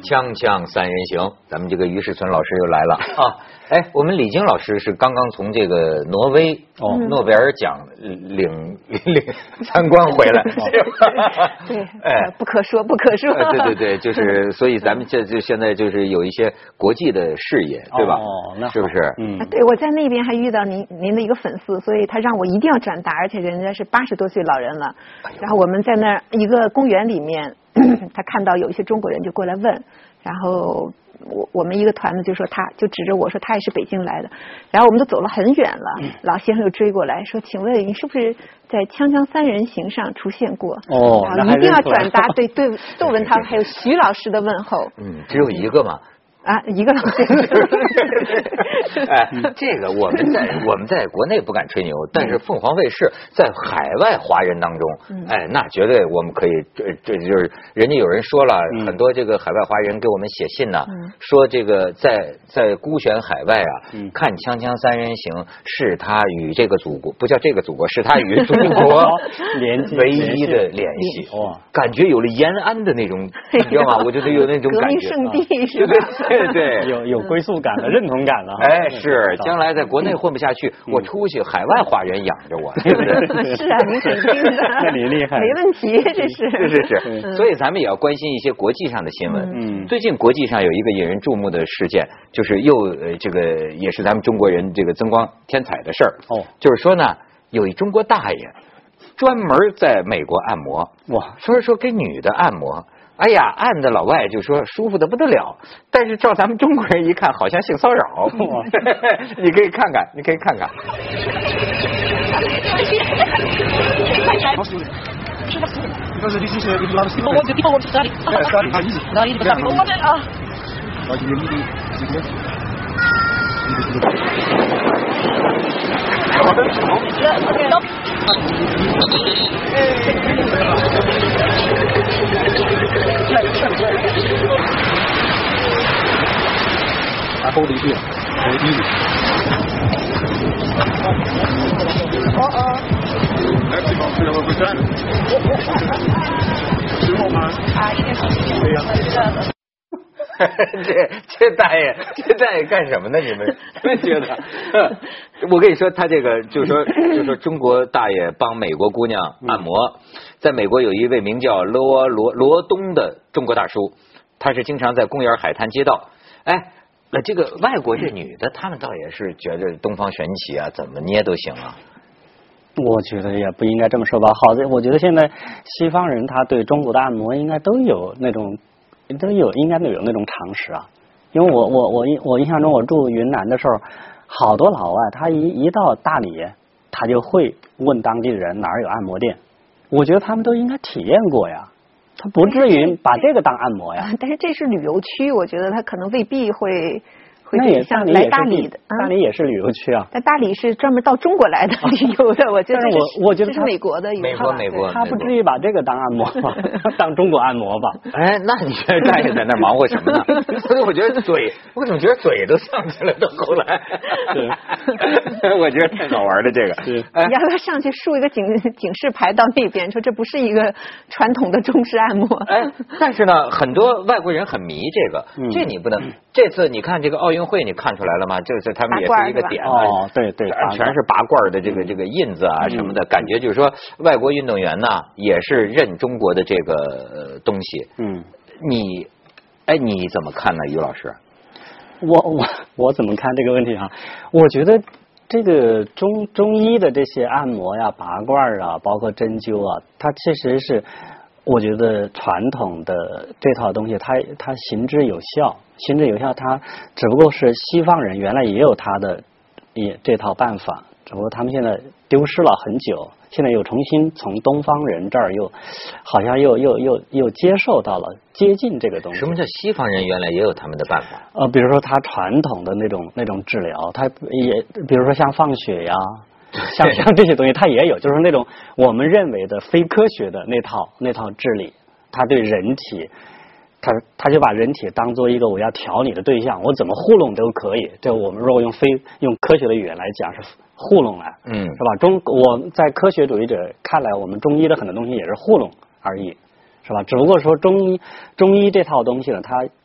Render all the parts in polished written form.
锵锵三人行，咱们这个于世存老师又来了啊！哎，我们李菁老师是刚刚从这个挪威诺贝尔奖领参观回来， 对，哎，不可说，不可说。 对，就是所以咱们这就现在就是有一些国际的视野，对吧？ 那是不是？ 对，我在那边还遇到您的一个粉丝，所以他让我一定要转达，而且人家是80多岁老人了，然后我们在那儿一个公园里面。他看到有一些中国人就过来问，然后我们一个团子就说他就指着我说他也是北京来的，然后我们都走了很远了，老先生又追过来说，请问你是不是在锵锵三人行上出现过？然后一定要转达对窦文涛还有徐老师的问候。 只有一个嘛。 一个老先生。 哎，这个我们在国内不敢吹牛，但是凤凰卫视在海外华人当中，哎，那绝对我们可以，这就是人家有人说了，很多这个海外华人给我们写信呢，说这个在孤悬海外啊，看锵锵三人行是他与这个祖国，不叫这个祖国，是他与祖国唯一的联系，感觉有了延安的那种，你知道吗？我觉得有那种感觉， 革命圣地是吧？ 对， 有归属感了，认同感了。 哎，是，将来在国内混不下去，我出去海外华人养着我，对不对？ 是啊，你肯定的， 那你厉害， 没问题，这是。 是，所以咱们也要关心一些国际上的新闻。最近国际上有一个引人注目的事件，就是这个也是咱们中国人这个增光添彩的事儿。就是说呢，有一中国大爷专门在美国按摩，说给女的按摩。哎呀，按的老外就说舒服的不得了，但是照咱们中国人一看，好像性骚扰。你可以看看。 I hold it here. Very easy. Merci, mon frère, votre time. 之后吗？ 一点钟。 这大爷干什么呢？你们觉得？我跟你说，他这个就是说中国大爷帮美国姑娘按摩，在美国有一位名叫罗东的中国大叔，他是经常在公园海滩街道，哎。这个外国这女的，他们倒也是觉得东方神起啊，怎么捏都行啊。 我觉得也不应该这么说吧。好的，我觉得现在西方人他对中国的按摩应该都有那种应该都有那种常识啊。因为我印象中，我住云南的时候，好多老外他一到大理，他就会问当地的人哪儿有按摩店。我觉得他们都应该体验过呀。他不至于把这个当按摩呀， 但是这是旅游区，我觉得他可能未必会那也像来大理的， 大理也是旅游区啊。 但大理是专门到中国来的旅游的，我觉得。 但是我觉得这是美国的， 美国， 他不至于把这个当按摩吧，当中国按摩吧？ 哎，那你觉得大爷在那忙活什么呢？所以我觉得我怎么觉得嘴都上去了？到后来，我觉得太好玩了这个。 你要不要上去竖一个警示牌到那边，说这不是一个传统的中式按摩？ 哎，但是呢，很多外国人很迷这个，这你不能。这次你看这个奥运会，你看出来了吗？这他们也是一个点对， 全是拔罐的这个印子啊什么的，感觉就是说外国运动员呢也是认中国的这个东西。你怎么看呢，于老师？ 我怎么看这个问题啊？我觉得这个中医的这些按摩呀、拔罐啊，包括针灸啊，它其实是我觉得传统的这套东西，它行之有效，它只不过是西方人原来也有它的这套办法，只不过他们现在丢失了很久，现在又重新从东方人这儿又好像又接受到了接近这个东西。 什么叫西方人原来也有他们的办法？ 比如说他传统的那种治疗，他也比如说像放血呀。像这些东西，它也有，就是那种我们认为的非科学的那套治理，它对人体，他就把人体当做一个我要调理的对象，我怎么糊弄都可以。这我们如果用科学的语言来讲是糊弄来，是吧？我在科学主义者看来，我们中医的很多东西也是糊弄而已，是吧？只不过说中医这套东西呢，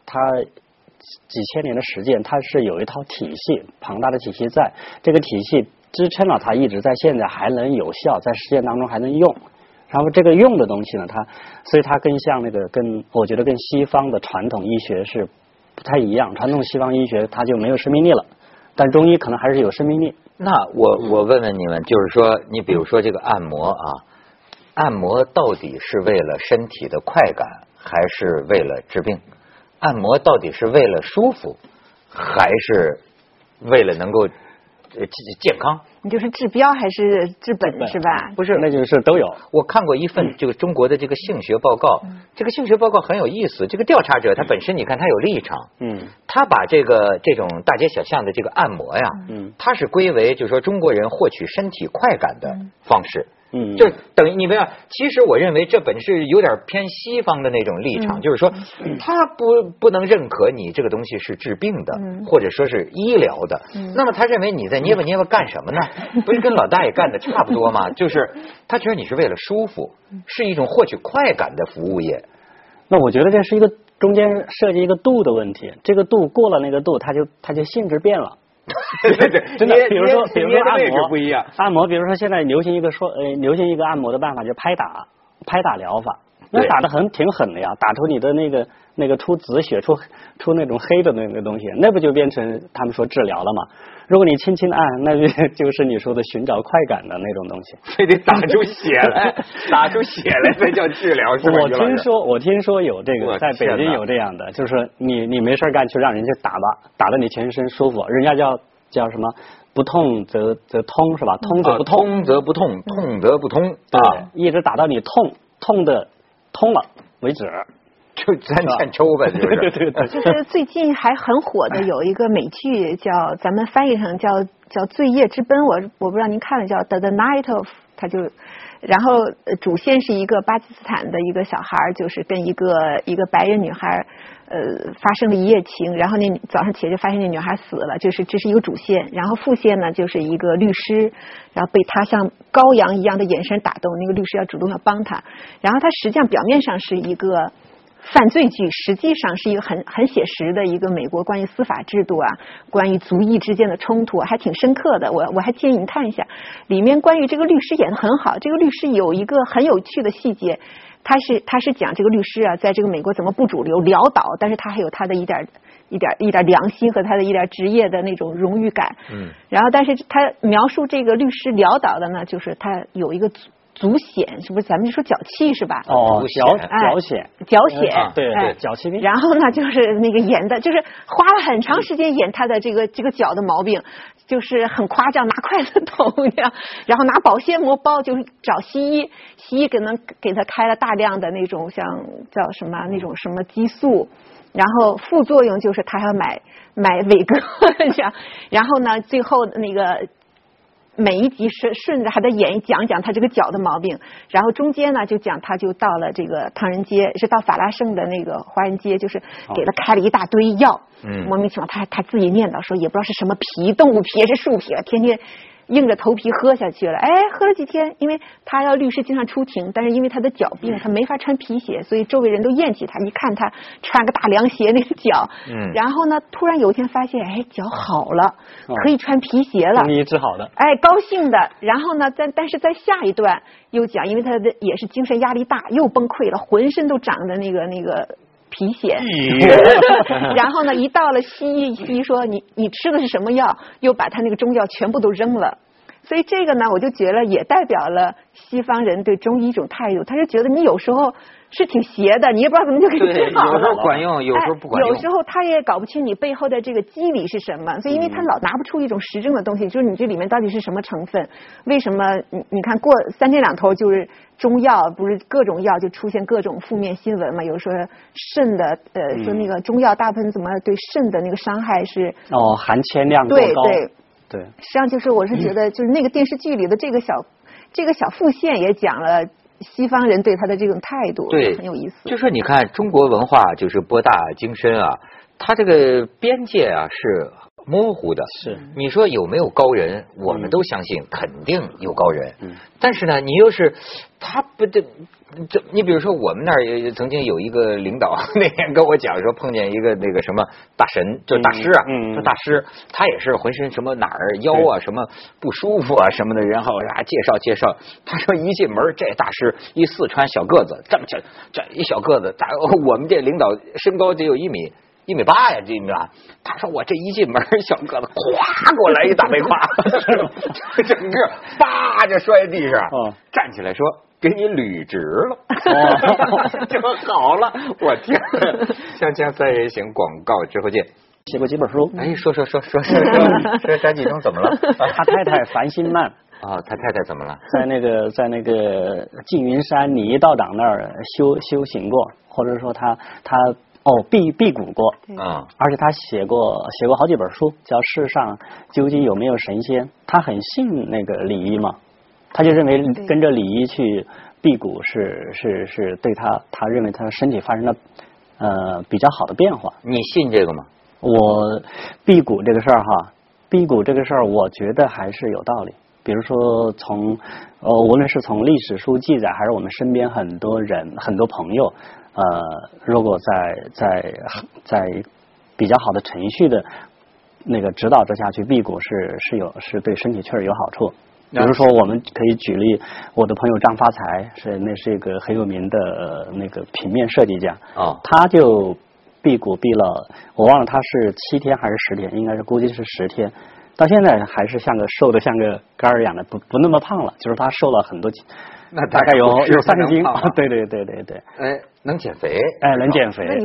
它几千年的实践，它是有一套体系，庞大的体系在，这个体系支撑了它一直在现在还能有效，在实践当中还能用。然后这个用的东西呢，所以它更像我觉得跟西方的传统医学是不太一样。传统西方医学它就没有生命力了，但中医可能还是有生命力。 那我问问你们，就是说，你比如说这个按摩啊，按摩到底是为了身体的快感，还是为了治病？按摩到底是为了舒服，还是为了能够健康？ 你就是治标还是治本是吧？ 不是，那就是都有。 我看过一份这个中国的这个性学报告，这个性学报告很有意思。这个调查者他本身你看他有立场，他把这种大街小巷的这个按摩呀，他是归为就是说中国人获取身体快感的方式。就等于你们其实我认为这本是有点偏西方的那种立场，就是说他不能认可你这个东西是治病的，或者说是医疗的。那么他认为你在捏吧捏吧干什么呢？不是跟老大爷干的差不多吗？就是他觉得你是为了舒服，是一种获取快感的服务业。 那我觉得这是一个中间涉及一个度的问题，这个度过了那个度，它就性质变了。 对， 真的，比如说按摩不一样。 按摩，比如说现在流行一个按摩的办法，就是拍打疗法，那打得挺狠的呀，打出你的那个出紫血出那种黑的那个东西，那不就变成他们说治疗了吗？如果你轻轻按，那就是你说的寻找快感的那种东西。 非得打出血来，打出血来才叫治疗，是吧？ 我听说有这个，在北京有这样的，就是你没事干去让人家打吧，打得你全身舒服，人家叫什么？不痛则通是吧？通则不痛， 通则不痛，痛则不通啊，一直打到你痛的通了为止。 就咱欠抽呗，是不是？ 对。 就是最近还很火的有一个美剧，咱们翻译成叫罪业之奔，我不知道您看了，叫 The Night of， 它就。然后主线是一个巴基斯坦的一个小孩，就是跟一个白人女孩发生了一夜情，然后那早上起来就发现那女孩死了，这是一个主线。然后副线呢就是一个律师，然后被他像羔羊一样的眼神打动，那个律师要主动要帮他，然后他实际上表面上是一个犯罪剧，实际上是一个很写实的一个美国关于司法制度啊，关于族裔之间的冲突，还挺深刻的。我还建议你看一下，里面关于这个律师演得很好。这个律师有一个很有趣的细节，他是讲这个律师啊，在这个美国怎么不主流潦倒，但是他还有他的一点良心和他的一点职业的那种荣誉感。然后但是他描述这个律师潦倒的呢，就是他有一个足癣，是不是咱们就说脚气是吧？ 哦，脚癣，对，脚气病。 然后呢，就是那个演的，就是花了很长时间演他的这个脚的毛病，就是很夸张，拿筷子捅呀，然后拿保鲜膜包，就是找西医可能给他开了大量的那种像叫什么那种什么激素，然后副作用就是他还要买伟哥这样，然后呢，最后那个。每一集顺着还得讲他这个脚的毛病，然后中间呢就讲他就到了这个唐人街，是到法拉盛的那个华人街，就是给他开了一大堆药，莫名其妙他自己念叨说也不知道是什么皮，动物皮还是树皮，天天硬着头皮喝下去了。喝了几天，因为他要律师经常出庭，但是因为他的脚病，他没法穿皮鞋，所以周围人都厌弃他，一看他穿个大凉鞋那个脚，然后呢突然有一天发现脚好了，可以穿皮鞋了， 中医治好的， 高兴的。然后呢但是在下一段又讲，因为他的也是精神压力大，又崩溃了，浑身都长的那个皮癣，然后呢一到了西医说你吃的是什么药，又把他那个中药全部都扔了。所以这个呢我就觉得也代表了西方人对中医一种态度，他是觉得你有时候是挺邪的，你也不知道怎么就给你治好了， 有时候管用有时候不管用， 有时候他也搞不清你背后的这个机理是什么，所以因为他老拿不出一种实证的东西，就是你这里面到底是什么成分，为什么你看过3天2头就是中药不是各种药就出现各种负面新闻嘛，有说肾的说那个中药大部分怎么对肾的那个伤害是含铅量过高，对， 实际上就是我是觉得就是那个电视剧里的这个小副线也讲了西方人对他的这种态度， 对， 很有意思。 就说你看中国文化就是博大精深啊，它这个边界啊是模糊的。 是， 你说有没有高人？我们都相信肯定有高人。但是呢，你又是他不这，你比如说我们那儿也曾经有一个领导那天跟我讲说，碰见一个那个什么大神，就是大师啊，说大师他也是浑身什么哪儿腰啊什么不舒服啊什么的，然后介绍，他说一进门这大师一四川小个子，这一小个子，我们这领导身高得有1.8米呀，这你知道？他说我这一进门，小个子咵给我来一大背胯，整个叭就摔地上，站起来说给你捋直了，这好了，我天！锵锵三人行，广告之后见。 写过几本书？ 哎，说张纪中怎么了？ 他太太樊新曼。 他太太怎么了？ 在那个缙云山礼仪道长那儿修行过，或者说他辟谷过，而且他写过好几本书，叫《世上究竟有没有神仙》。他很信那个礼仪嘛，他就认为跟着礼仪去辟谷是对他认为他身体发生了比较好的变化。 你信这个吗？ 我辟谷这个事儿辟谷这个事儿，我觉得还是有道理。比如说无论是从历史书记载，还是我们身边很多人很多朋友。如果在比较好的程序的那个指导之下去辟谷是对身体确实有好处。比如说，我们可以举例，我的朋友张发财那是一个很有名的那个平面设计家他就辟谷辟了，我忘了他是7天还是10天，应该是估计是10天，到现在还是瘦的像个杆儿一样的，不那么胖了，就是他瘦了很多斤。 那大概有30斤，对。 哎，能减肥？ 哎，能减肥。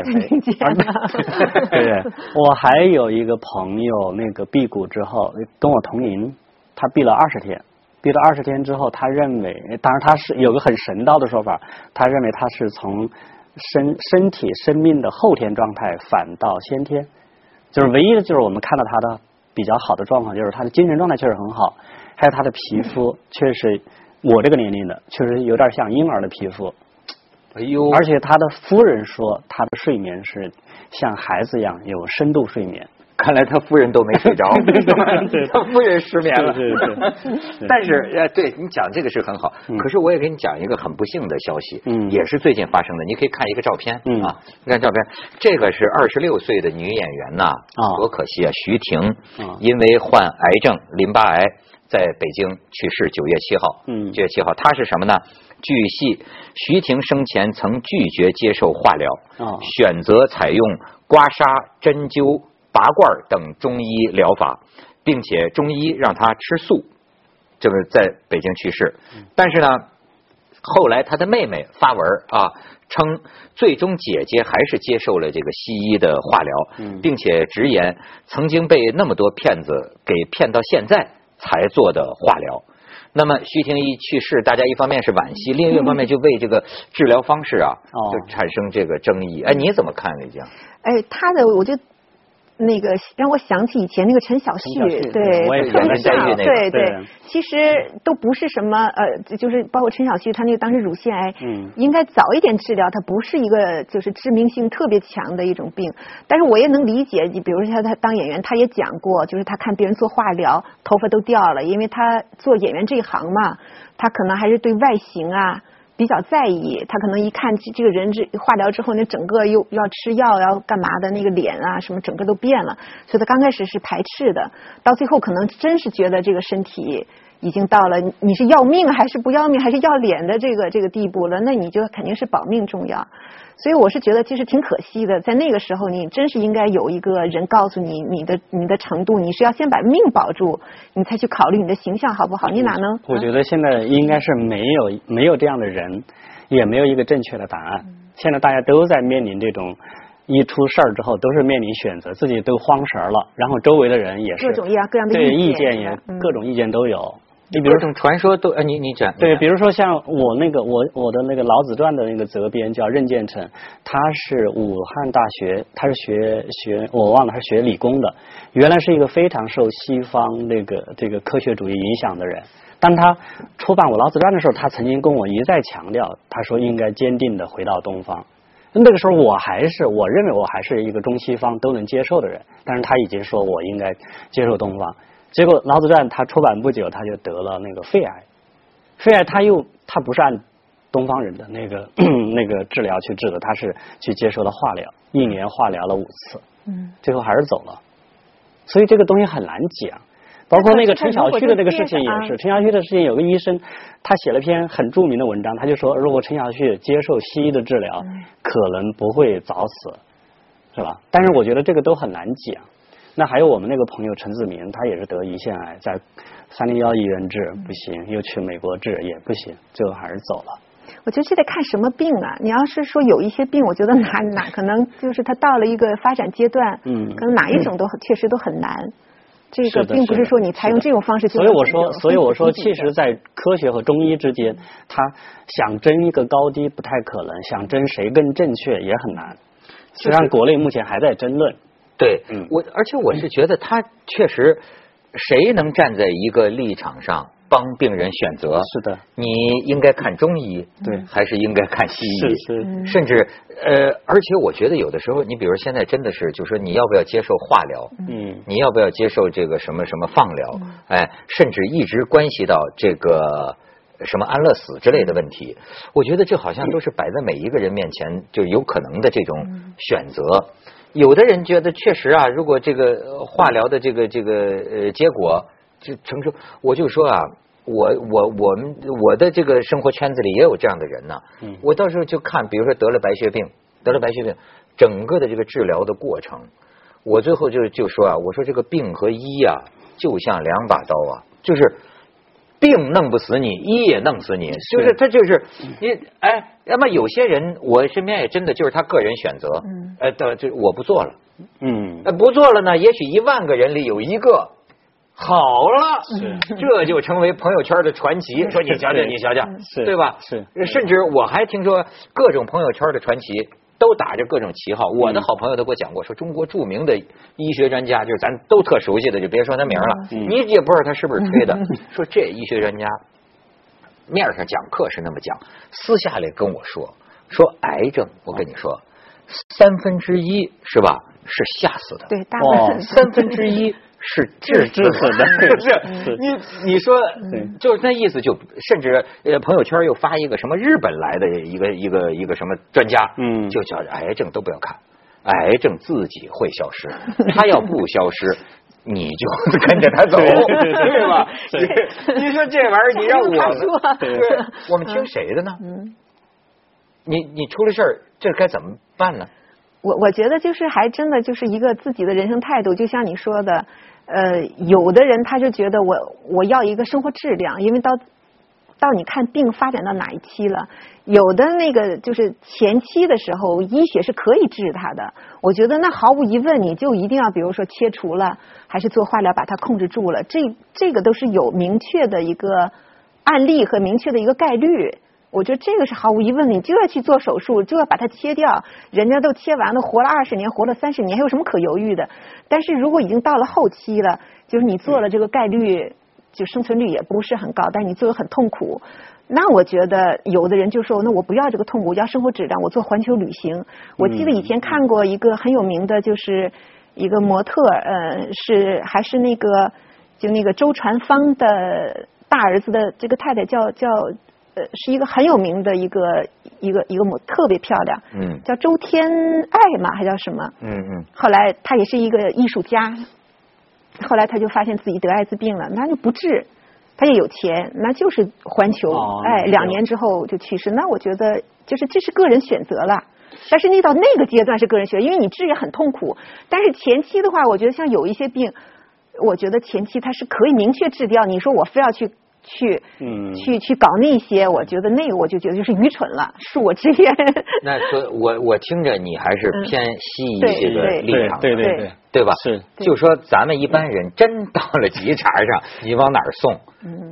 对，我还有一个朋友，那个辟谷之后跟我同龄，他辟了20天，辟了20天之后，他认为，当然他是有个很神道的说法，他认为他是从身体生命的后天状态反到先天，就是唯一的就是我们看到他的比较好的状况，就是他的精神状态确实很好，还有他的皮肤确实。我这个年龄的确实有点像婴儿的皮肤， 哎呦！ 而且他的夫人说他的睡眠是像孩子一样有深度睡眠。 看来他夫人都没睡着，他夫人失眠了。 是。 但是对你讲这个是很好，可是我也给你讲一个很不幸的消息，也是最近发生的。你可以看一个照片啊，你看照片，这个是26岁的女演员呐，多可惜啊，徐婷，因为患癌症淋巴癌。在北京去世，9月7号。9月7号，他是什么呢？据悉，徐婷生前曾拒绝接受化疗，选择采用刮痧、针灸、拔罐等中医疗法，并且中医让他吃素，这个在北京去世。但是呢，后来他的妹妹发文称最终姐姐还是接受了这个西医的化疗，并且直言曾经被那么多骗子给骗到现在。才做的化疗。那么徐婷一去世，大家一方面是惋惜，另一方面就为这个治疗方式就产生这个争议。哎，你怎么看这样？ 哎，他的我就那个让我想起以前那个陈小旭，对， 我也演了监狱那个，对，其实都不是什么就是包括陈小旭他那个当时乳腺癌，应该早一点治疗，它不是一个就是致命性特别强的一种病。但是我也能理解，你比如说他当演员，他也讲过，就是他看别人做化疗，头发都掉了，因为他做演员这一行嘛，他可能还是对外形比较在意，他可能一看这个人化疗之后，那整个又要吃药要干嘛的，那个脸什么整个都变了，所以他刚开始是排斥的，到最后可能真是觉得这个身体已经到了你是要命还是不要命还是要脸的这个地步了，那你就肯定是保命重要。所以我是觉得其实挺可惜的，在那个时候你真是应该有一个人告诉你你的程度，你是要先把命保住，你才去考虑你的形象好不好，你哪能？ 我觉得现在应该是没有这样的人，也没有一个正确的答案。现在大家都在面临这种一出事儿之后都是面临选择，自己都慌神了，然后周围的人也是各种各样的对意见也各种意见都有。 你比如这种传说都你讲对，比如说像我的那个老子传的那个责编叫任建成，他是武汉大学，他是学我忘了他是学理工的，原来是一个非常受西方这个科学主义影响的人。当他出版我老子传的时候，他曾经跟我一再强调，他说应该坚定的回到东方。 那个时候我认为我还是一个中西方都能接受的人，但是他已经说我应该接受东方。结果老子传他出版不久，他就得了那个肺癌。肺癌他不是按东方人的那个治疗去治的，他是去接受了化疗，1年化疗了5次，最后还是走了。所以这个东西很难讲。包括那个陈小旭的这个事情也是，陈小旭的事情有个医生，他写了篇很著名的文章，他就说，如果陈小旭接受西医的治疗，可能不会早死，是吧？但是我觉得这个都很难讲。那还有我们那个朋友陈子明，他也是得胰腺癌，在301医院治不行，又去美国治也不行，最后还是走了。 我觉得这得看什么病啊。你要是说有一些病，我觉得哪可能就是他到了一个发展阶段，可能哪一种都确实都很难。这个并不是说你采用这种方式就。 所以我说，其实，在科学和中医之间，他想争一个高低不太可能，想争谁更正确也很难。实际上，国内目前还在争论。 对，而且我是觉得他确实，谁能站在一个立场上帮病人选择？ 是的， 你应该看中医， 对， 还是应该看西医？ 是， 甚至而且我觉得有的时候，你比如现在真的是，就是说你要不要接受化疗？你要不要接受这个什么什么放疗？甚至一直关系到这个什么安乐死之类的问题。我觉得这好像都是摆在每一个人面前就有可能的这种选择。有的人觉得确实啊，如果这个化疗的这个结果就承受，我就说啊，我的这个生活圈子里也有这样的人呢。我到时候就看，比如说得了白血病，整个的这个治疗的过程，我最后就说啊，我说这个病和医啊，就像2把刀啊，就是病弄不死你，医也弄死你，就是他就是你那么有些人，我身边也真的就是他个人选择，就我不做了，不做了呢，也许1万个人里有1个好了，这就成为朋友圈的传奇。说你瞧瞧，你瞧瞧，对吧？ 是， 甚至我还听说各种朋友圈的传奇都打着各种旗号。我的好朋友都给我讲过，说中国著名的医学专家，就是咱都特熟悉的，就别说他名了，你也不知道他是不是吹的。说这医学专家面上讲课是那么讲，私下里跟我说癌症，我跟你说1/3是吧？是吓死的。 对，大部分 1/3是治死的，是你说，就是那意思就，甚至朋友圈又发一个什么日本来的一个什么专家，就叫癌症都不要看，癌症自己会消失，他要不消失，你就跟着他走，对吧？你说这玩意儿，你让我们听谁的呢？你出了事儿，这该怎么办呢？ 我觉得就是还真的就是一个自己的人生态度，就像你说的，有的人他就觉得我要一个生活质量，因为到你看病发展到哪一期了，有的那个就是前期的时候，医学是可以治它的。我觉得那毫无疑问，你就一定要比如说切除了，还是做化疗把它控制住了，这个都是有明确的一个案例和明确的一个概率。我觉得这个是毫无疑问，你就要去做手术，就要把它切掉。人家都切完了，活了20年，活了30年，还有什么可犹豫的？但是如果已经到了后期了，就是你做了这个概率，就生存率也不是很高，但是你做的很痛苦。那我觉得有的人就说，那我不要这个痛苦，我要生活质量，我做环球旅行。我记得以前看过一个很有名的，就是一个模特，还是那个周传芳的大儿子的这个太太叫。是一个很有名的一个模，特别漂亮，叫周天爱嘛，还叫什么？后来他也是一个艺术家，后来他就发现自己得艾滋病了，那就不治，他也有钱，那就是环球，2年之后就去世。那我觉得就是这是个人选择了，但是你到那个阶段是个人选择，因为你治也很痛苦。但是前期的话，我觉得像有一些病，我觉得前期它是可以明确治掉。你说我非要去搞那些，我觉得那个我就觉得就是愚蠢了，恕我直言。 那说我听着你还是偏西医这个立场，对吧？是，就说咱们一般人真到了急茬上，你往哪儿送？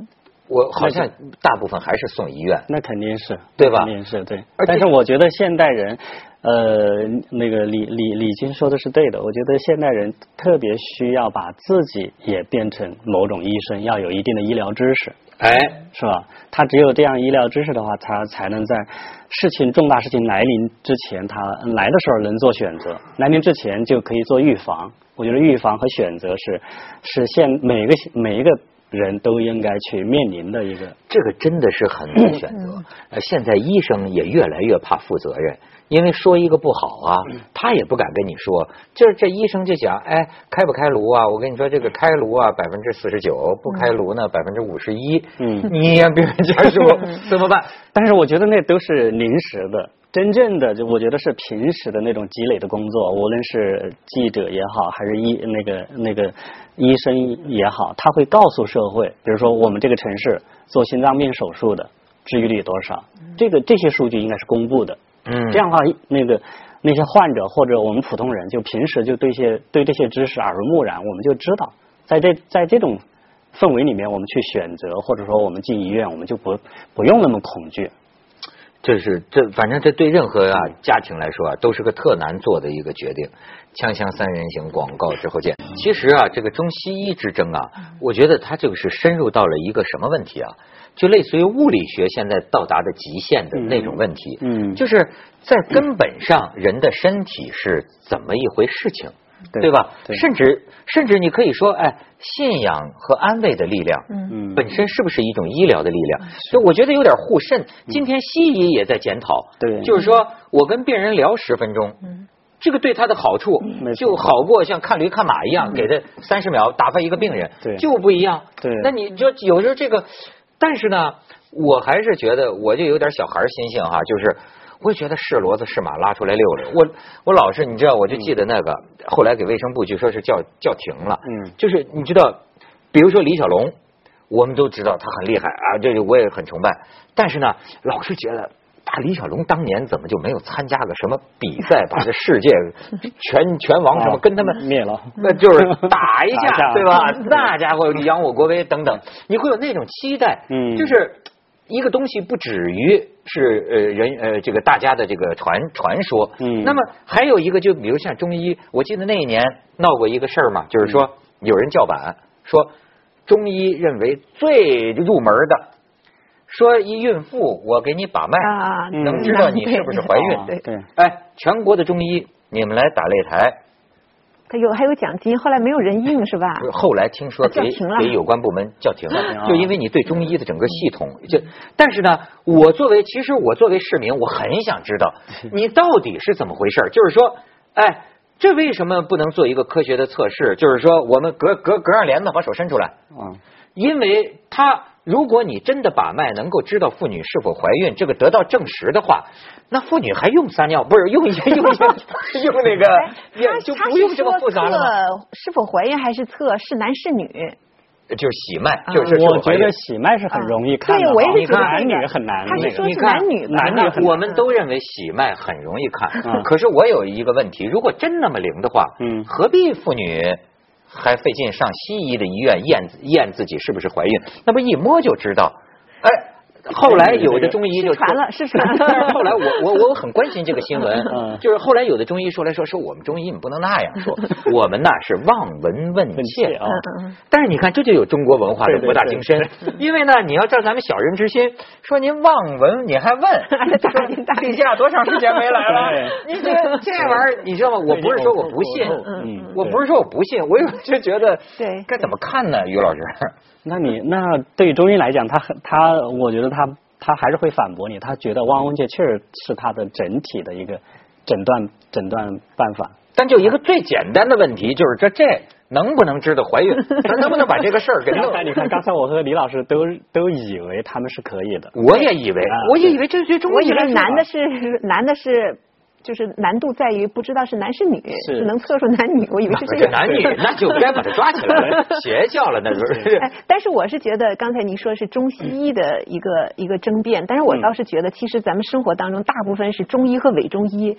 我好像大部分还是送医院。 那肯定是， 对吧？ 肯定是对。但是我觉得现代人，那个李军说的是对的。我觉得现代人特别需要把自己也变成某种医生，要有一定的医疗知识。 哎， 是吧？他只有这样医疗知识的话，他才能在重大事情来临之前，他来的时候能做选择，来临之前就可以做预防。我觉得预防和选择是每一个人都应该去面临的一个。 这个真的是很难选择。现在医生也越来越怕负责任。因为说一个不好啊，他也不敢跟你说。就是这医生就讲，哎，开不开颅啊？我跟你说，这个开颅啊49%，不开颅呢51%。你也跟人家说怎么办？ 但是我觉得那都是临时的，真正的我觉得是平时的那种积累的工作，无论是记者也好，还是那个医生也好，他会告诉社会，比如说我们这个城市做心脏病手术的治愈率多少，这些数据应该是公布的。这样的话，那些患者或者我们普通人，就平时就对这些知识耳濡目染，我们就知道，在这种氛围里面，我们去选择，或者说我们进医院，我们就不用那么恐惧。 反正这对任何家庭来说都是个特难做的一个决定。锵锵三人行，广告之后见。其实这个中西医之争我觉得它就是深入到了一个什么问题就类似于物理学现在到达的极限的那种问题。就是在根本上人的身体是怎么一回事情。对吧？甚至你可以说，信仰和安慰的力量，本身是不是一种医疗的力量？所以我觉得有点互渗。今天西医也在检讨，就是说我跟病人聊10分钟，这个对他的好处就好过像看驴看马一样，给他30秒打发一个病人，就不一样。那你就有时候这个，但是呢，我还是觉得我就有点小孩心性就是。我觉得是骡子是马拉出来溜溜。我老是你知道，我就记得那个后来给卫生部据说是叫停了。就是你知道，比如说李小龙，我们都知道他很厉害这我也很崇拜。但是呢，老是觉得李小龙当年怎么就没有参加个什么比赛，把这世界拳王什么跟他们灭了， 那就是打一下，对吧？那家伙扬我国威等等，你会有那种期待。就是一个东西不止于是这个大家的这个传说。那么还有一个，就比如像中医，我记得那一年闹过一个事儿嘛，就是说有人叫板说中医认为最入门的，说一孕妇我给你把脉能知道你是不是怀孕。 对， 全国的中医你们来打擂台。 他还有奖金，后来没有人应是吧？ 后来听说给有关部门叫停了，就因为你对中医的整个系统但是呢，其实我作为市民，我很想知道你到底是怎么回事。就是说，这为什么不能做一个科学的测试？就是说，我们隔上帘子把手伸出来，因为如果你真的把脉能够知道妇女是否怀孕，这个得到证实的话，那妇女还用撒尿？不是用那个，就不用这么复杂了吗？ 是否怀孕还是测是男是女？ 就是喜脉，就是我觉得喜脉是很容易看的。 对，我也是觉得男女很难。 他是说是男女， 我们都认为喜脉很容易看。可是我有一个问题，如果真那么灵的话，何必妇女还费劲上西医的医院验自己是不是怀孕？那不一摸就知道。后来有的中医就传了，是传了。 但是后来我很关心这个新闻，就是后来有的中医说我们中医你不能那样说，我们那是望闻问切但是你看这就有中国文化的博大精深，因为呢你要照咱们小人之心，说您望闻你还问，地下多长时间没来了？你这玩意儿你知道吗？我不是说我不信，我不是说我不信，我有就觉得该怎么看呢？于老师。 那对于中医来讲，我觉得他还是会反驳你，他觉得望闻问切确实是他的整体的一个诊断办法。 但就一个最简单的问题，就是这能不能知道怀孕？咱能不能把这个事儿给弄？ 你看，刚才我和李老师都以为他们是可以的。 我也以为这是中医。 我以为男的是。就是难度在于不知道是男是女，是能测出男女。我以为是这个男女，那就该把他抓起来了，邪教了那就是。 但是我是觉得刚才您说是中西医的一个争辩，但是我倒是觉得其实咱们生活当中大部分是中医和伪中医。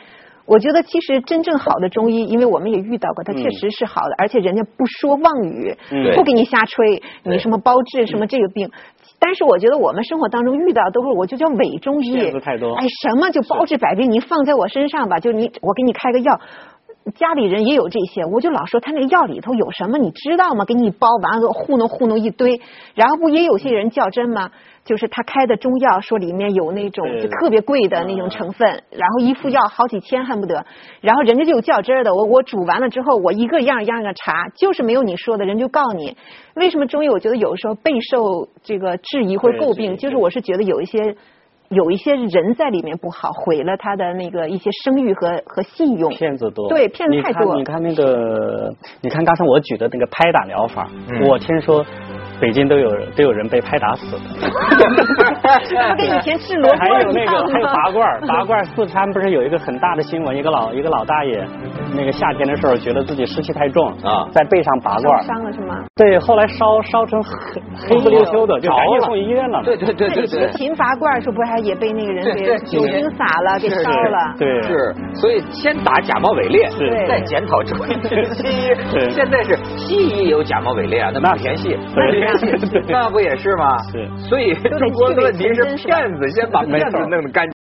我觉得其实真正好的中医，因为我们也遇到过，它确实是好的，而且人家不说妄语，不给你瞎吹，你什么包治什么这个病。但是我觉得我们生活当中遇到都是我就叫伪中医， 骗子太多。 哎，什么就包治百病，你放在我身上吧，就我给你开个药。家里人也有这些，我就老说他那个药里头有什么，你知道吗？给你包完了糊弄一堆，然后不也有些人较真吗？就是他开的中药说里面有那种就特别贵的那种成分，然后一副药好几千恨不得，然后人家就有较真的，我煮完了之后我一个样查，就是没有你说的，人就告你。为什么中医我觉得有时候备受这个质疑或者诟病，就是我是觉得有一些人在里面不好，毁了他的那个一些声誉和信用。 骗子多， 对，骗子太多。 你看刚才我举的那个拍打疗法，我听说北京都有人被拍打死的。 他跟以前治罗还有拔罐，四川不是有一个很大的新闻，一个老大爷，那个夏天的时候觉得自己湿气太重啊，在背上拔罐， 伤了是吗？ 对，后来烧成黑不溜秋的，就赶紧送医院了。 对。秦拔罐是不是还也被那个人给酒精洒了，给烧了？ 对， 是。所以先打假冒伪劣，再检讨中医西医。现在是西医也有假冒伪劣啊，那马田系。那不也是吗？ 是， 所以中国的问题是骗子先把骗子弄得干净。